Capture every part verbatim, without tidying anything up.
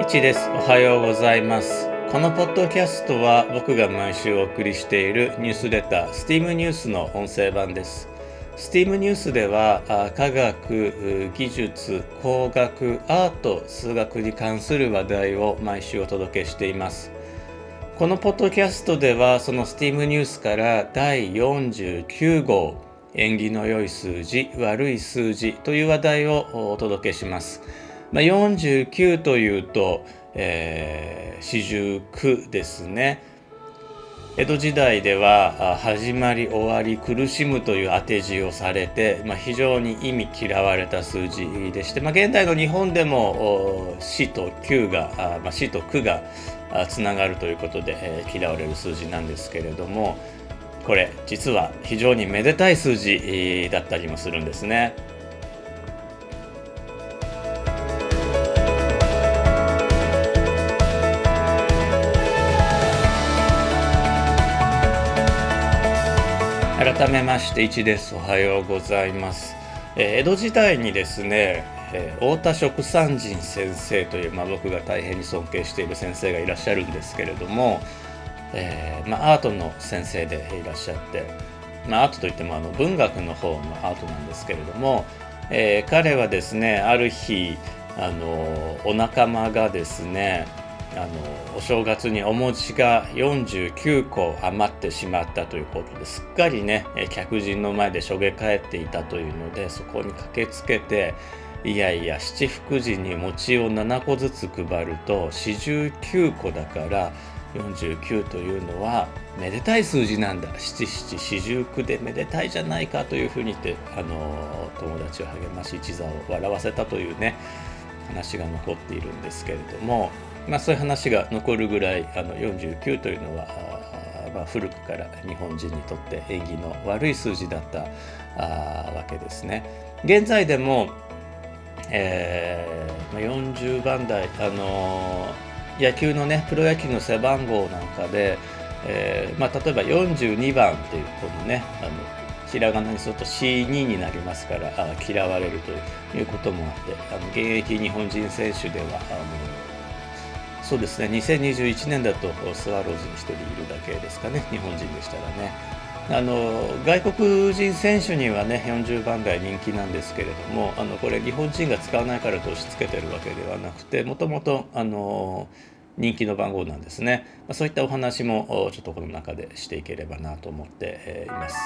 ちです。おはようございます。このポッドキャストは僕が毎週お送りしているニュースレター スティーム ニュースの音声版です。スティーム ニュースでは科学、技術、工学、アート、数学に関する話題を毎週お届けしています。このポッドキャストではその スティーム ニュースからだいよんじゅうきゅう号、縁起の良い数字、悪い数字という話題をお届けします。まあ、よんじゅうきゅうというと、えー、四十九ですね。江戸時代では始まり終わり苦しむという当て字をされて、まあ、非常に意味嫌われた数字でして、まあ、現代の日本でも死と九が、まあ、死と九がつながるということで、えー、嫌われる数字なんですけれども、これ実は非常にめでたい数字だったりもするんですね。改めましていちです。おはようございます。えー、江戸時代にですね、えー、太田蜀山人先生という、まあ、僕が大変に尊敬している先生がいらっしゃるんですけれども、えーまあ、アートの先生でいらっしゃって、まあ、アートといってもあの文学の方のアートなんですけれども、えー、彼はですね、ある日あのお仲間がですね、あのお正月にお餅がよんじゅうきゅうこ余ってしまったということですっかりね、客人の前でしょげ返っていたというので、そこに駆けつけて、いやいや七福神に餅をななこずつ配ると四十九個だからよんじゅうきゅうというのはめでたい数字なんだ、七七四十九でめでたいじゃないかというふうに言って、あの友達を励まし一座を笑わせたというね話が残っているんですけれども、まあ、そういう話が残るぐらいあのよんじゅうきゅうというのは、まあ、古くから日本人にとって縁起の悪い数字だったあわけですね。現在でも、えー、よんじゅうばん台、あのー、野球のねプロ野球の背番号なんかで、えーまあ、例えばよんじゅうにばんっていうこのねあのひらがなにすると シーツー になりますからあ嫌われるということもあって、あの現役日本人選手ではあのそうですね、にせんにじゅういちねんだとスワローズにひとりいるだけですかね、日本人でしたらね。あの外国人選手にはねよんじゅうばん台人気なんですけれども、あのこれ日本人が使わないからと押し付けてるわけではなくて、もともとあの人気の番号なんですね。そういったお話もちょっとこの中でしていければなと思っています。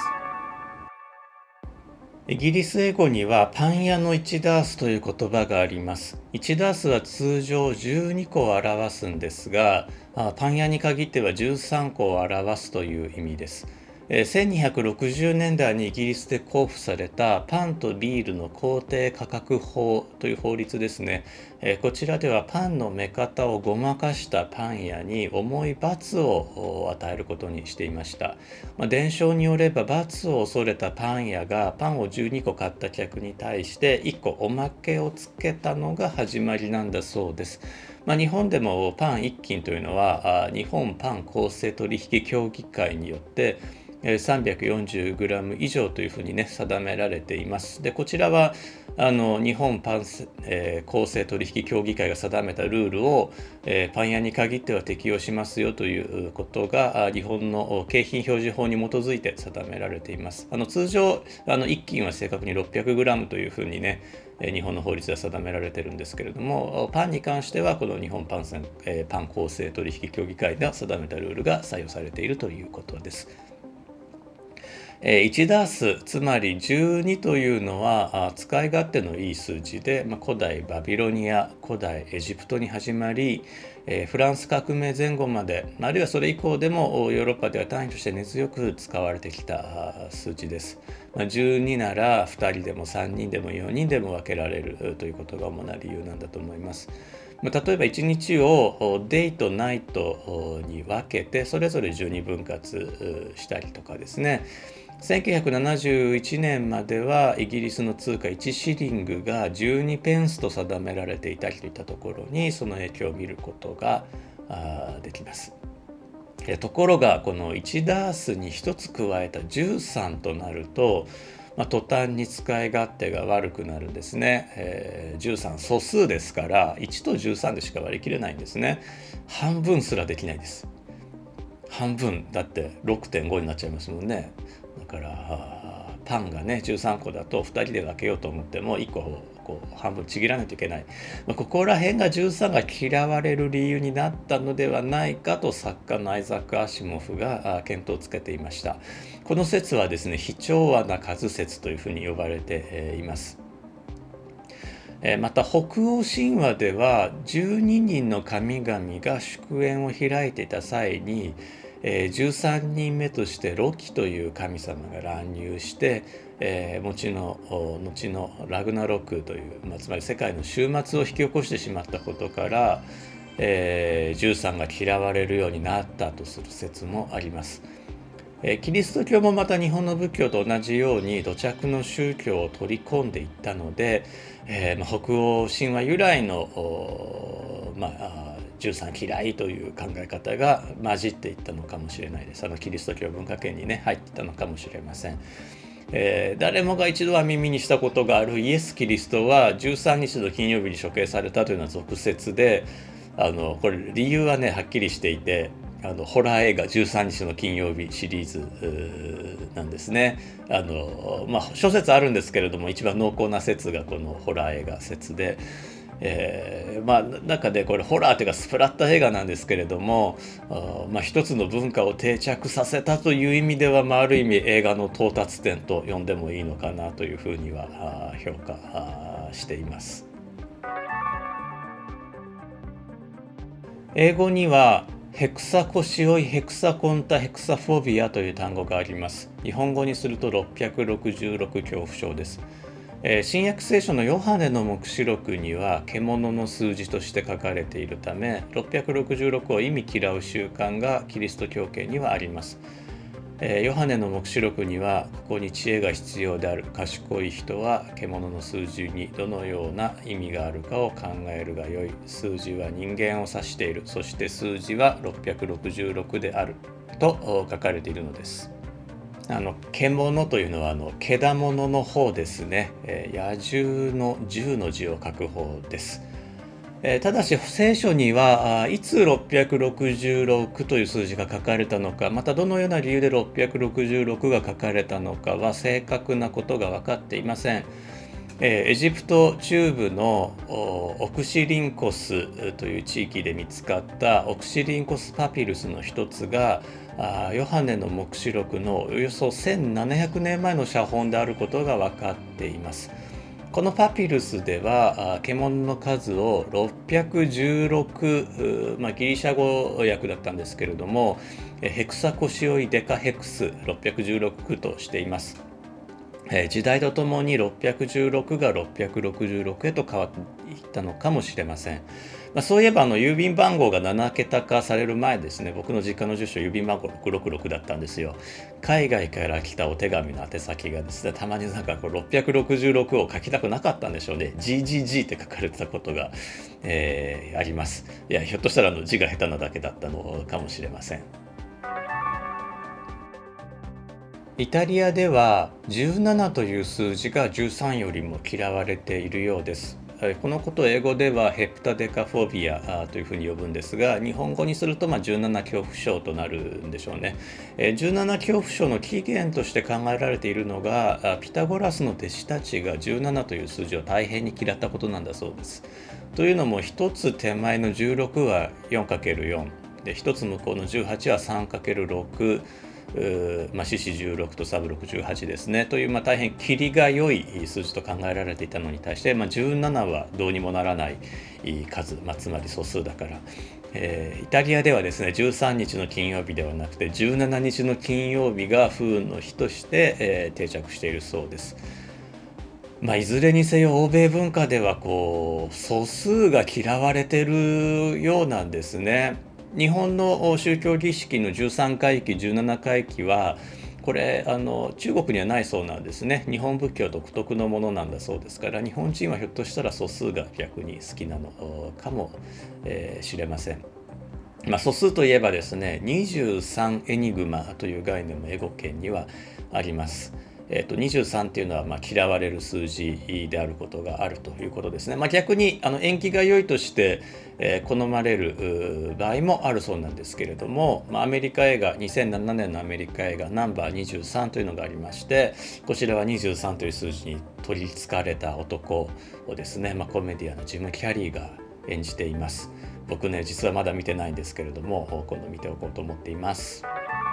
イギリス英語にはパン屋のいちダースという言葉があります。いちダースは通常じゅうにこを表すんですが、パン屋に限ってはじゅうさんこを表すという意味です。せんにひゃくろくじゅうねんだいにイギリスで公布されたパンとビールの公定価格法という法律ですね。こちらではパンの目方をごまかしたパン屋に重い罰を与えることにしていました。まあ、伝承によれば罰を恐れたパン屋がパンをじゅうにこ買った客に対していっこおまけをつけたのが始まりなんだそうです。まあ、日本でもパンいっきんというのは日本パン公正取引協議会によってさんびゃくよんじゅうグラム 以上というふうにね定められています。でこちらはあの日本パン、えー、公正取引協議会が定めたルールを、えー、パン屋に限っては適用しますよということが日本の景品表示法に基づいて定められています。あの通常あのいっきんは正確に ろっぴゃくグラム というふうにね日本の法律では定められているんですけれども、パンに関してはこの日本パン、えー、パン公正取引協議会が定めたルールが採用されているということです。いちダース、つまりじゅうにというのは使い勝手のいい数字で、まあ、古代バビロニア、古代エジプトに始まり、えー、フランス革命前後まで、あるいはそれ以降でもヨーロッパでは単位として根強く使われてきた数字です。まあ、じゅうにならふたりでもさんにんでもよにんでも分けられるということが主な理由なんだと思います。例えばいちにちをデイとナイトに分けてそれぞれじゅうにぶん割したりとかですね、せんきゅうひゃくななじゅういちねんまではイギリスの通貨いちシリングがじゅうにペンスと定められていたりといったところにその影響を見ることができます。ところがこのいちダースにひとつ加えたじゅうさんとなるとまあ、途端に使い勝手が悪くなるんですね。えー、じゅうさん素数ですからいちとじゅうさんでしか割り切れないんですね。半分すらできないです。半分だって ろくてんご になっちゃいますもんね。だからパンがねじゅうさんこだとふたりで分けようと思ってもいっこをこう半分ちぎらないといけない、まあ、ここら辺がじゅうさんが嫌われる理由になったのではないかと作家のアイザック・アシモフが見当をつけていました。この説はですね、非調和な数説というふうに呼ばれています。また北欧神話ではじゅうににんの神々が祝宴を開いていた際にじゅうさんにんめとしてロキという神様が乱入して、えー、後の後のラグナロクという、まあ、つまり世界の終末を引き起こしてしまったことから、えー、じゅうさんが嫌われるようになったとする説もあります。キリスト教もまた日本の仏教と同じように土着の宗教を取り込んでいったので、えー、北欧神話由来の、まあ、じゅうさん嫌いという考え方が混じっていったのかもしれないです。あのキリスト教文化圏にね入っていたのかもしれません。えー、誰もが一度は耳にしたことがあるイエス・キリストはじゅうさんにちの金曜日に処刑されたというのは俗説で、あのこれ理由はねはっきりしていて、あのホラー映画じゅうさんにちの金曜日シリーズなんですね。あの、まあ、諸説あるんですけれども一番濃厚な説がこのホラー映画説で、えー、まあ中でこれホラーというかスプラッタ映画なんですけれども、あ、まあ、一つの文化を定着させたという意味では、まあ、ある意味映画の到達点と呼んでもいいのかなというふうには評価しています。英語にはヘクサコシオイヘクサコンタヘクサフォビアという単語があります。日本語にするとろっぴゃくろくじゅうろく恐怖症です。えー、新約聖書のヨハネの黙示録には獣の数字として書かれているため、ろっぴゃくろくじゅうろくを意味嫌う習慣がキリスト教圏にはあります。えー、ヨハネの黙示録にはここに知恵が必要である。賢い人は獣の数字にどのような意味があるかを考えるがよい。数字は人間を指している。そして数字はろっぴゃくろくじゅうろくであると書かれているのです。あの獣というのはあのけだものの方ですね。えー、野獣の獣の字を書く方です。えー、ただし聖書にはいつろっぴゃくろくじゅうろくという数字が書かれたのか、またどのような理由でろっぴゃくろくじゅうろくが書かれたのかは正確なことが分かっていません。えー、エジプト中部のオクシリンコスという地域で見つかったオクシリンコスパピルスの一つがヨハネの黙示録のおよそせんななひゃくねんまえの写本であることが分かっています。このパピルスでは獣の数をろっぴゃくじゅうろく、まあ、ギリシャ語訳だったんですけれどもヘクサコシオイデカヘクスろっぴゃくじゅうろくとしています。時代とともにろっぴゃくじゅうろくがろっぴゃくろくじゅうろくへと変わっていったのかもしれません。まあ、そういえばあの郵便番号がななけた化される前ですね、僕の実家の住所郵便番号ろくろくろくだったんですよ。海外から来たお手紙の宛先がですね、たまになんかこうろっぴゃくろくじゅうろくを書きたくなかったんでしょうね。ジージージー って書かれてたことが、えー、あります。いや、ひょっとしたらあの字が下手なだけだったのかもしれません。イタリアではじゅうななという数字がじゅうさんよりも嫌われているようです。このことを英語ではヘプタデカフォビアというふうに呼ぶんですが、日本語にするとまあじゅうなな恐怖症となるんでしょうね。じゅうなな恐怖症の起源として考えられているのが、ピタゴラスの弟子たちがじゅうななという数字を大変に嫌ったことなんだそうです。というのもひとつ手前のじゅうろくは よんかけるよん で、ひとつ向こうのじゅうはちは さんかけるろく、まあ、四四じゅうろくとサブろくじゅうはちですねという、まあ、大変キリが良い数字と考えられていたのに対して、まあ、じゅうななはどうにもならない数、まあ、つまり素数だから、えー、イタリアではですねじゅうさんにちの金曜日ではなくてじゅうしちにちの金曜日が不運の日として、えー、定着しているそうです。まあ、いずれにせよ欧米文化ではこう素数が嫌われているようなんですね。日本の宗教儀式のじゅうさんかい忌じゅうななかい忌はこれあの中国にはないそうなんですね。日本仏教独特のものなんだそうですから、日本人はひょっとしたら素数が逆に好きなのかもしれません。まあ、素数といえばですねにじゅうさんエニグマという概念も英語圏にはあります。 えー、とにじゅうさんっていうのはまあ嫌われる数字であることがあるということですね。まあ、逆にあの縁起が良いとして、えー好まれる場合もあるそうなんですけれども、まあ、アメリカ映画にせんななねんのアメリカ映画ナンバーにじゅうさんというのがありまして、こちらはにじゅうさんという数字に取りつかれた男をですね、まあ、コメディアンのジム・キャリーが演じています。僕ね実はまだ見てないんですけれども、今度見ておこうと思っています。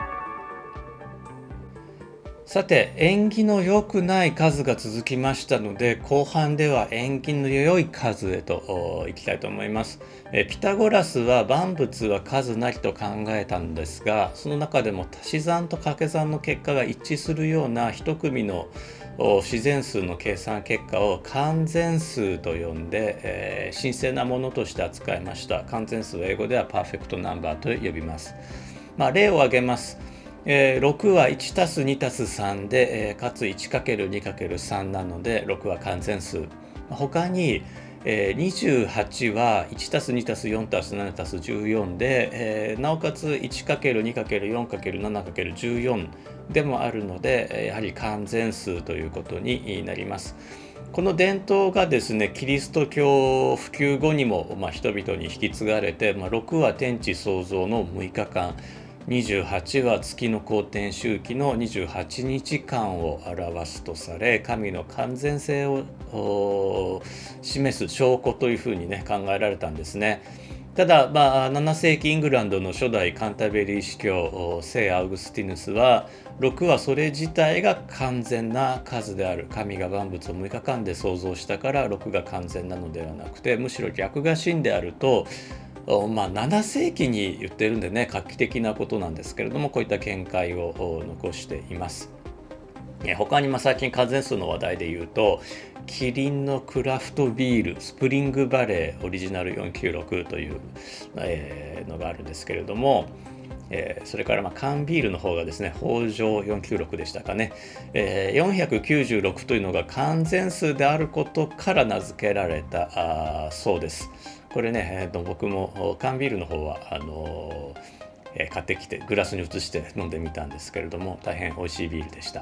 さて、縁起の良くない数が続きましたので、後半では縁起の良い数へといきたいと思います。えピタゴラスは万物は数なりと考えたんですが、その中でも足し算と掛け算の結果が一致するような一組の自然数の計算結果を完全数と呼んで、えー神聖なものとして扱いました。完全数を英語ではパーフェクトナンバーと呼びます。まあ、例を挙げます。えーろくはいちたすにたすさんで、えーかつ いちかけるにかけるさん なのでろくは完全数。他に、えーにじゅうはちはいちたすにたすよんたすななたすじゅうよんで、えーなおかつ いちかけるにかけるよんかけるななかけるじゅうよん でもあるので、やはり完全数ということになります。この伝統がですね、キリスト教普及後にも、まあ、人々に引き継がれて、まあ、ろくは天地創造のむいかかん、にじゅうはちは月の公転周期のにじゅうはちにちかんを表すとされ、神の完全性を示す証拠というふうにね考えられたんですね。ただ、まあ、ななせいきイングランドの初代カンタベリー司教聖アウグスティヌスは、ろくはそれ自体が完全な数である。神が万物をむいかかんで創造したからろくが完全なのではなくて、むしろ逆が真であると、まあ、ななせいきに言ってるんでね、画期的なことなんですけれども、こういった見解を残しています。他にまあ最近完全数の話題で言うと、キリンのクラフトビールスプリングバレーオリジナルよんきゅうろくという、えーのがあるんですけれども、えーそれからまあ缶ビールの方がですね、北条よんきゅうろくでしたかね、えーよんひゃくきゅうじゅうろくというのが完全数であることから名付けられたあそうです。これね、えーと僕も缶ビールの方はあのーえー買ってきてグラスに移して飲んでみたんですけれども、大変美味しいビールでした。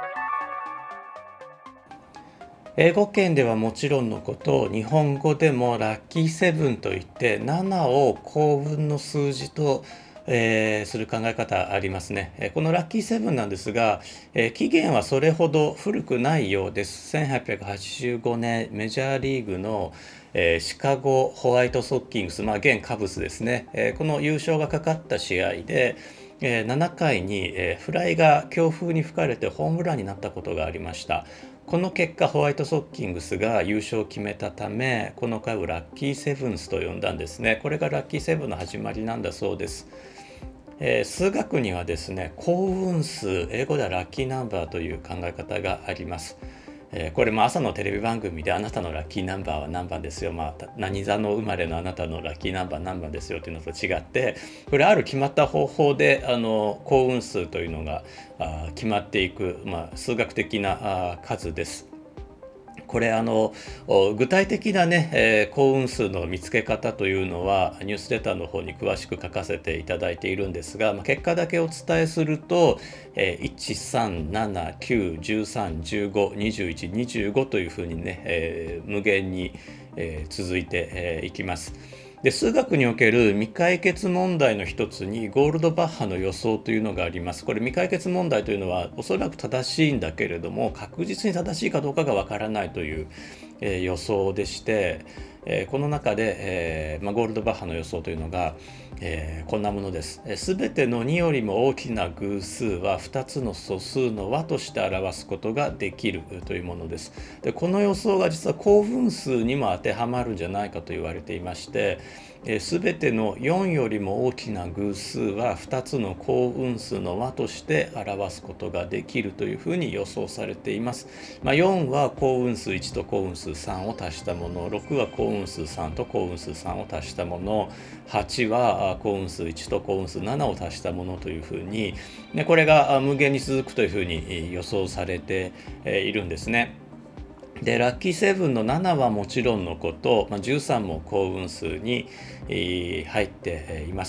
英語圏ではもちろんのこと、日本語でもラッキーセブンといってななを幸運の数字と、えーする考え方ありますね。えーこのラッキーセブンなんですが、えー起源はそれほど古くないようです。せんはっぴゃくはちじゅうごねんメジャーリーグの、えーシカゴホワイトソッキングス、まあ、現カブスですね、えーこの優勝がかかった試合で、えーななかいに、えーフライが強風に吹かれてホームランになったことがありました。この結果ホワイトソッキングスが優勝を決めたため、この回をラッキーセブンスと呼んだんですね。これがラッキーセブンの始まりなんだそうです。えー数学にはですね、幸運数、英語ではラッキーナンバーという考え方があります。えーこれも朝のテレビ番組であなたのラッキーナンバーは何番ですよ、まあ、何座の生まれのあなたのラッキーナンバー何番ですよというのと違って、これある決まった方法であの幸運数というのがあ決まっていく、まあ、数学的なあ数です。これあの具体的なね、えー幸運数の見つけ方というのはニュースレターの方に詳しく書かせていただいているんですが、まあ、結果だけお伝えすると、えーいち、さん、なな、きゅう、じゅうさん、じゅうご、にじゅういち、にじゅうごというふうにね、えー無限に、えー続いて、えーいきます。で数学における未解決問題の一つにゴールドバッハの予想というのがあります。これ未解決問題というのはおそらく正しいんだけれども確実に正しいかどうかがわからないという、えー予想でして、えーこの中で、えーまあ、ゴールドバッハの予想というのが、えーこんなものです。すべてのによりも大きな偶数はふたつの素数の和として表すことができるというものです。でこの予想が実は幸運数にも当てはまるんじゃないかと言われていまして、すべてのよんよりも大きな偶数はふたつの幸運数の和として表すことができるというふうに予想されています。まあ、よんは幸運数いちと幸運数さんを足したもの、ろくは幸運数さんと幸運数さんを足したもの、はちは幸運数いちと幸運数ななを足したものというふうに、ね、これが無限に続くというふうに予想されているんですね。でラッキーセブンのななはもちろんのこと、まあ、じゅうさんも幸運数に、えー入っています。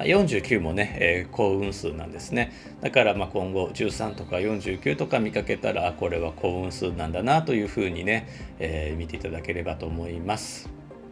まあ、よんじゅうきゅうもね、えー、幸運数なんですね。だからまあ今後じゅうさんとかよんじゅうきゅうとか見かけたら、これは幸運数なんだなというふうにね、えー、見ていただければと思います。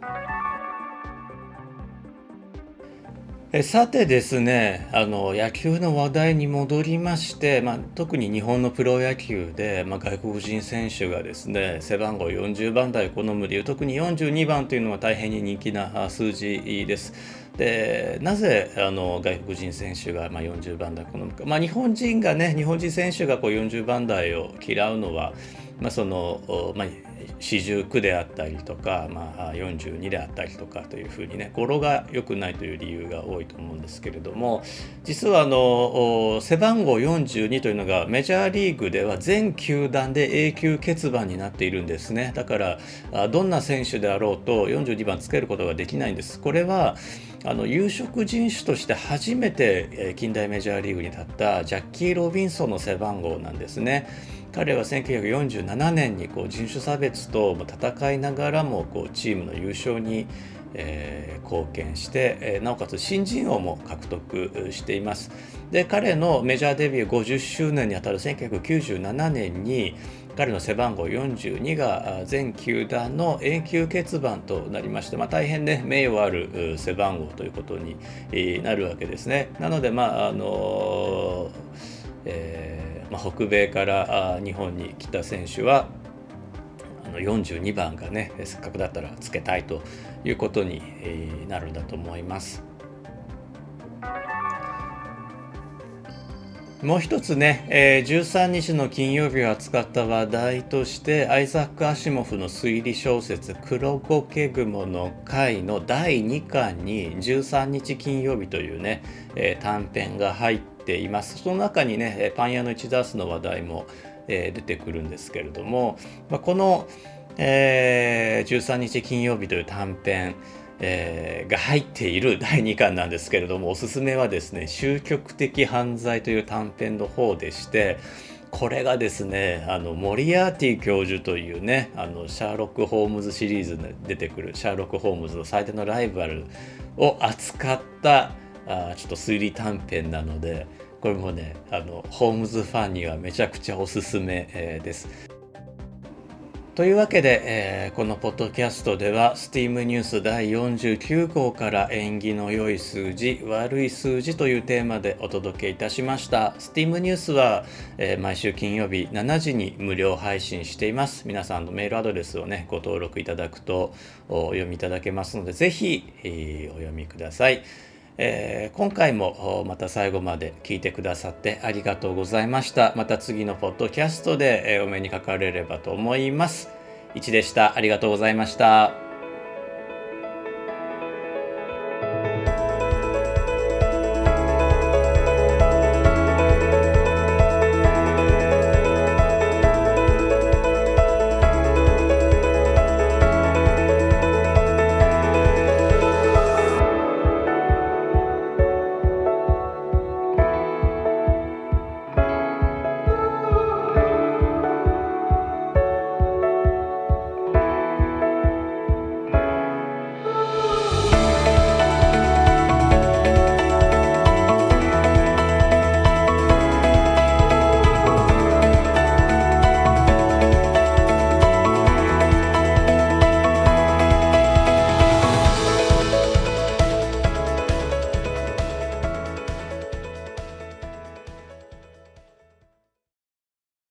えさてですね、あの野球の話題に戻りまして、まあ、特に日本のプロ野球で、まあ、外国人選手がですね、背番号よんじゅうばん台を好む理由、特によんじゅうにばんというのは大変に人気な数字です。で、なぜあの外国人選手がまあよんじゅうばん台を好むか、まあ、日本人がね、日本人選手がこうよんじゅうばん台を嫌うのは、まあそのまあ、四十九であったりとか、まあ、よんじゅうにであったりとかというふうにね、語呂が良くないという理由が多いと思うんですけれども、実はあの背番号よんじゅうにというのがメジャーリーグでは全球団で永久欠番になっているんですね。だからどんな選手であろうとよんじゅうにばんつけることができないんです。これはあの有色人種として初めて近代メジャーリーグに立ったジャッキー・ロビンソンの背番号なんですね。彼はせんきゅうひゃくよんじゅうななねんにこう人種差別と戦いながらもこうチームの優勝に、えー、貢献して、えー、なおかつ新人王も獲得しています。で、彼のメジャーデビューごじゅっしゅうねんにあたるせんきゅうひゃくきゅうじゅうななねんに彼の背番号よんじゅうにが全球団の永久欠番となりまして、まあ、大変ね名誉ある背番号ということになるわけですね。なのでまああのーえーまあ、北米から日本に来た選手はあのよんじゅうにばんがね、せっかくだったらつけたいということになるんだと思います。もう一つね、えー、じゅうさんにちの金曜日を扱った話題として、アイザック・アシモフの推理小説「黒苔雲の会」のだいにかんにじゅうさんにち金曜日というね、えー、短編が入っています。その中にね、パン屋のいちダースの話題も、えー、出てくるんですけれども、まあ、この、えー、じゅうさんにち金曜日という短編えー、が入っているだいにかんなんですけれども、おすすめはですね、終局的犯罪という短編の方でして、これがですね、あのモリアーティ教授というね、あのシャーロック・ホームズシリーズで出てくるシャーロック・ホームズの最大のライバルを扱ったあちょっと推理短編なので、これもね、あのホームズファンにはめちゃくちゃおすすめ、えー、です。というわけで、えー、このポッドキャストでは スティーム ニュースだいよんじゅうきゅうごうから縁起の良い数字、悪い数字というテーマでお届けいたしました。 スティーム ニュースは、えー、毎週金曜日しちじに無料配信しています。皆さんのメールアドレスをねご登録いただくとお読みいただけますので、ぜひ、えー、お読みください。えー、今回もまた最後まで聞いてくださってありがとうございました。また次のポッドキャストでお目にかかれればと思います。いちでした。ありがとうございました。